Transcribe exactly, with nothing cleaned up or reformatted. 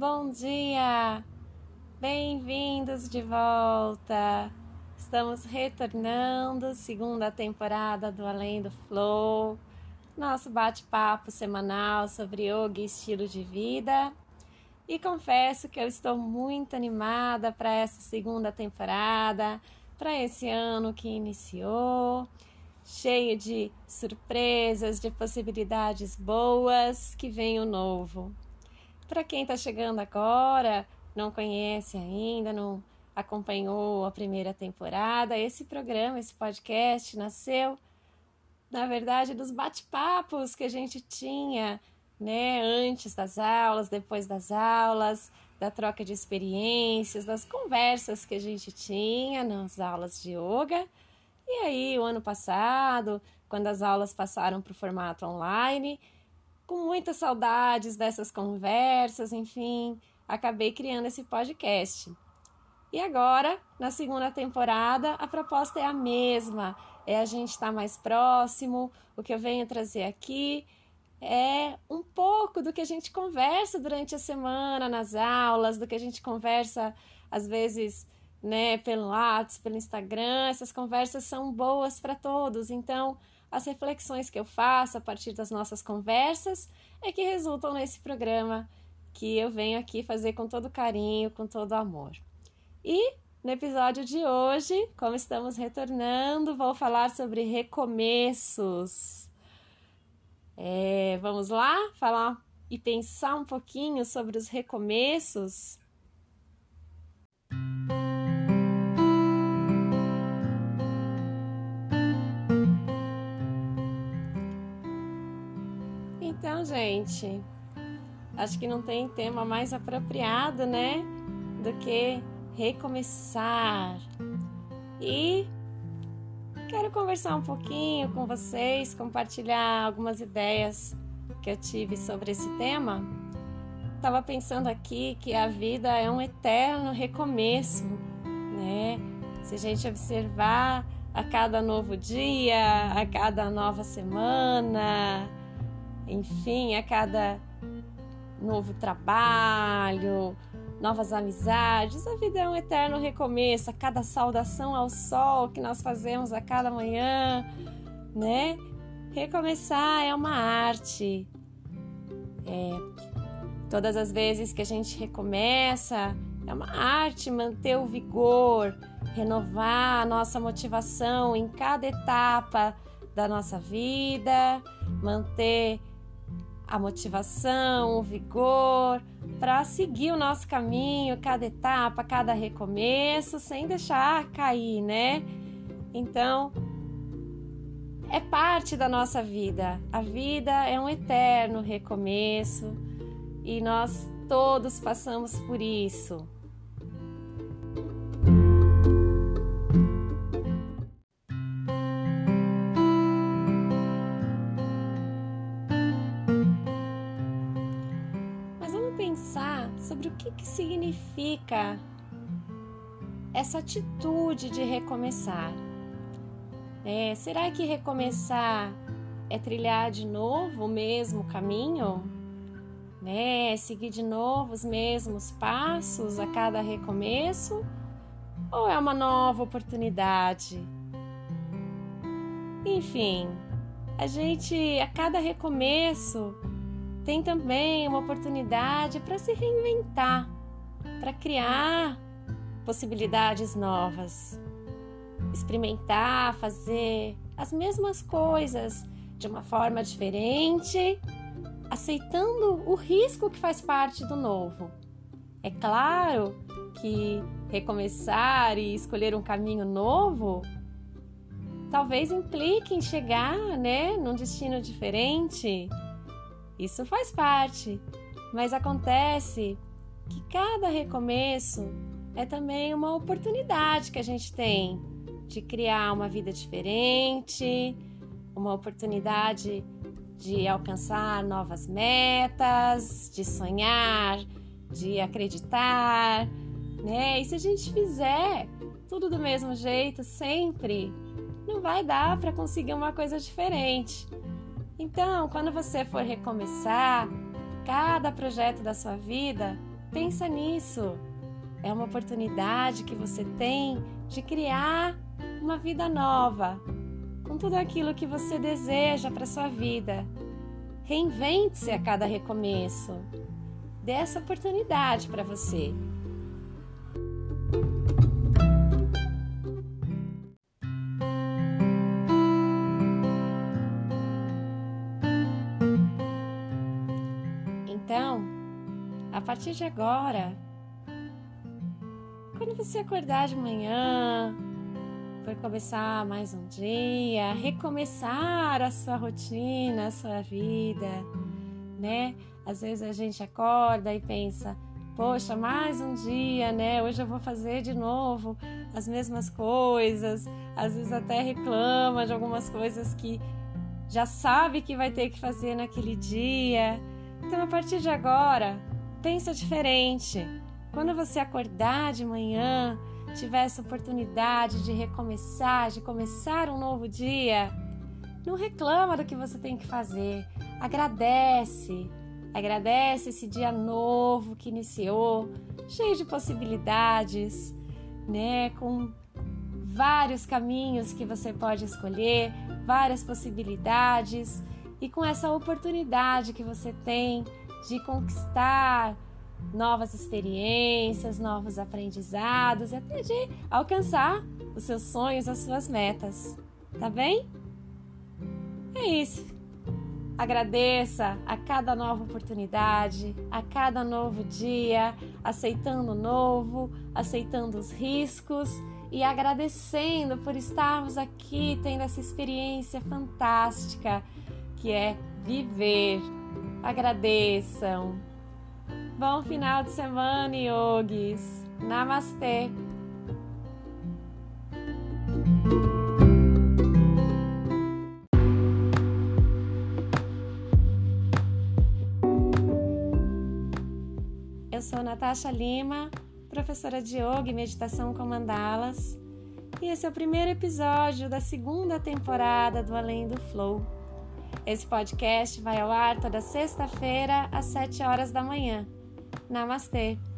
bom dia! Bem-vindos de volta! Estamos retornando, segunda temporada do Além do Flow, nosso bate-papo semanal sobre yoga e estilo de vida. E confesso que eu estou muito animada para essa segunda temporada, para esse ano que iniciou, cheio de surpresas, de possibilidades boas, que vem o novo. Para quem está chegando agora, não conhece ainda, não acompanhou a primeira temporada, esse programa, esse podcast nasceu, na verdade, dos bate-papos que a gente tinha, né, antes das aulas, depois das aulas, da troca de experiências, das conversas que a gente tinha nas aulas de yoga. E aí, o ano passado, quando as aulas passaram para o formato online, com muitas saudades dessas conversas, enfim, acabei criando esse podcast. E agora, na segunda temporada, a proposta é a mesma, é a gente estar mais próximo. O que eu venho trazer aqui é um pouco do que a gente conversa durante a semana nas aulas, do que a gente conversa, às vezes, né, pelo WhatsApp, pelo Instagram. Essas conversas são boas para todos, então as reflexões que eu faço a partir das nossas conversas é que resultam nesse programa que eu venho aqui fazer com todo carinho, com todo amor. E no episódio de hoje, como estamos retornando, vou falar sobre recomeços. É, vamos lá falar e pensar um pouquinho sobre os recomeços? Então, gente, acho que não tem tema mais apropriado, né, do que recomeçar. E quero conversar um pouquinho com vocês, compartilhar algumas ideias que eu tive sobre esse tema. Estava pensando aqui que a vida é um eterno recomeço, né? Se a gente observar a cada novo dia, a cada nova semana, enfim, a cada novo trabalho, novas amizades, a vida é um eterno recomeço. A cada saudação ao sol que nós fazemos a cada manhã, né? Recomeçar é uma arte. É, todas as vezes que a gente recomeça, é uma arte manter o vigor, renovar a nossa motivação em cada etapa da nossa vida, manter a motivação, o vigor, para seguir o nosso caminho, cada etapa, cada recomeço, sem deixar cair, né? Então, é parte da nossa vida. A vida é um eterno recomeço e nós todos passamos por isso. Sobre o que, que significa essa atitude de recomeçar. É, será que recomeçar é trilhar de novo o mesmo caminho? Né? Seguir de novo os mesmos passos a cada recomeço? Ou é uma nova oportunidade? Enfim, a gente, a cada recomeço, tem também uma oportunidade para se reinventar, para criar possibilidades novas, experimentar, fazer as mesmas coisas de uma forma diferente, aceitando o risco que faz parte do novo. É claro que recomeçar e escolher um caminho novo talvez implique em chegar, né, num destino diferente. Isso faz parte, mas acontece que cada recomeço é também uma oportunidade que a gente tem de criar uma vida diferente, uma oportunidade de alcançar novas metas, de sonhar, de acreditar, né? E se a gente fizer tudo do mesmo jeito sempre, não vai dar para conseguir uma coisa diferente. Então, quando você for recomeçar cada projeto da sua vida, Pensa nisso. É uma oportunidade que você tem de criar uma vida nova, com tudo aquilo que você deseja para sua vida. Reinvente-se a cada recomeço. Dê essa oportunidade para você. Então, a partir de agora, quando você acordar de manhã, for começar mais um dia, recomeçar a sua rotina, a sua vida, né? Às vezes a gente acorda e pensa, poxa, mais um dia, né? Hoje eu vou fazer de novo as mesmas coisas. Às vezes até reclama de algumas coisas que já sabe que vai ter que fazer naquele dia. Então, a partir de agora, pensa diferente. Quando você acordar de manhã, tiver essa oportunidade de recomeçar, de começar um novo dia, não reclama do que você tem que fazer. Agradece. Agradece esse dia novo que iniciou, cheio de possibilidades, né? Com vários caminhos que você pode escolher, várias possibilidades. E com essa oportunidade que você tem de conquistar novas experiências, novos aprendizados e até de alcançar os seus sonhos, as suas metas. Tá bem? É isso. Agradeça a cada nova oportunidade, a cada novo dia, aceitando o novo, aceitando os riscos e agradecendo por estarmos aqui tendo essa experiência fantástica que é viver. Agradeçam. Bom final de semana, yogis. Namastê. Eu sou Natasha Lima, professora de Yoga e Meditação com Mandalas, e esse é o primeiro episódio da segunda temporada do Além do Flow. Esse podcast vai ao ar toda sexta-feira, às sete horas da manhã. Namastê!